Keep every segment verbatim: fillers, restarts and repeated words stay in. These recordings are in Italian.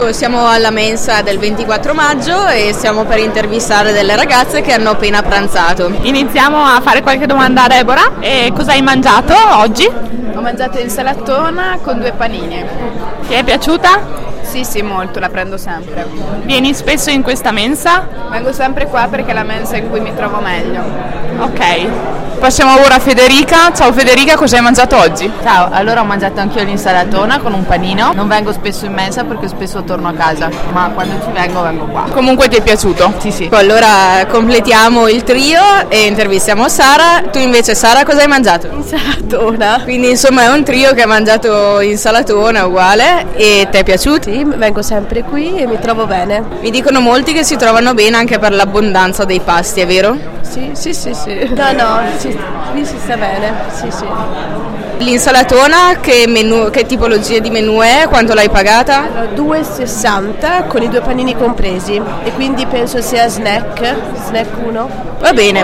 Siamo alla mensa del ventiquattro maggio e stiamo per intervistare delle ragazze che hanno appena pranzato. Iniziamo a fare qualche domanda a Deborah. E cosa hai mangiato oggi? Ho mangiato insalatona con due panini. Ti è piaciuta? Sì, sì, molto, la prendo sempre. Vieni spesso in questa mensa? Vengo sempre qua perché è la mensa in cui mi trovo meglio. Ok. Passiamo ora a Federica. Ciao Federica, cosa hai mangiato oggi? Ciao, allora ho mangiato anch'io l'insalatona con un panino. Non vengo spesso in mensa perché spesso torno a casa, ma quando ci vengo vengo qua. Comunque ti è piaciuto? Sì, sì. Allora completiamo il trio e intervistiamo Sara. Tu invece Sara cosa hai mangiato? Insalatona. Quindi insomma è un trio che ha mangiato insalatona uguale. E ti è piaciuto? Sì, vengo sempre qui e mi trovo bene. Mi dicono molti che si trovano bene anche per l'abbondanza dei pasti, è vero? Sì, sì, sì, sì. No, no, si, qui si sta bene, sì, sì. L'insalatona che, menù, che tipologia di menù è? Quanto l'hai pagata? due e sessanta con i due panini compresi e quindi penso sia snack, snack uno. Va bene.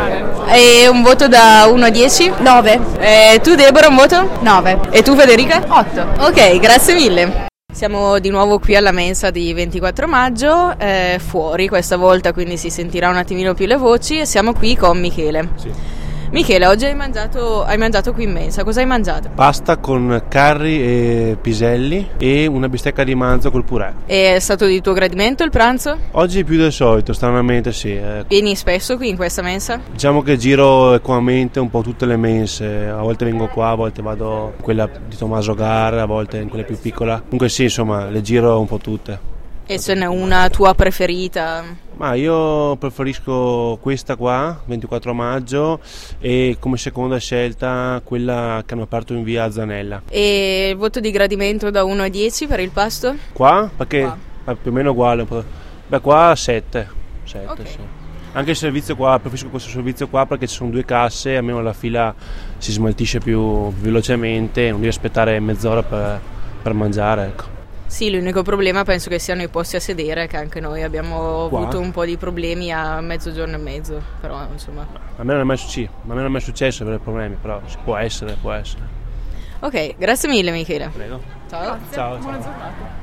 E un voto da uno a dieci? nove. E tu Deborah un voto? nove. E tu Federica? otto. Ok, grazie mille. Siamo di nuovo qui alla mensa di ventiquattro maggio, eh, fuori questa volta, quindi si sentirà un attimino più le voci, e siamo qui con Michele. Sì. Michele, oggi hai mangiato, hai mangiato qui in mensa, cosa hai mangiato? Pasta con curry e piselli e una bistecca di manzo col purè. È stato di tuo gradimento il pranzo? Oggi più del solito, stranamente sì. Eh. Vieni spesso qui in questa mensa? Diciamo che giro equamente un po' tutte le mense, a volte vengo qua, a volte vado in quella di Tommaso Gar, a volte in quella più piccola. Comunque sì, insomma, le giro un po' tutte. E ce n'è una tua preferita? Ma io preferisco questa qua, ventiquattro maggio, e come seconda scelta quella che hanno aperto in via Zanella. E il voto di gradimento da uno a dieci per il pasto? Qua? Perché Qua. è più o meno uguale. Un po'. Beh, qua sette. sette Ok. sì. Anche il servizio qua, preferisco questo servizio qua perché ci sono due casse, almeno la fila si smaltisce più velocemente, non devi aspettare mezz'ora per, per mangiare, ecco. Sì, l'unico problema penso che siano i posti a sedere, che anche noi abbiamo Qua? avuto un po' di problemi a mezzogiorno e mezzo, però insomma. A me non è mai, sì, a me non è mai successo avere problemi, però può essere, può essere. Ok, grazie mille Michele. Prego. Ciao. Ciao, ciao.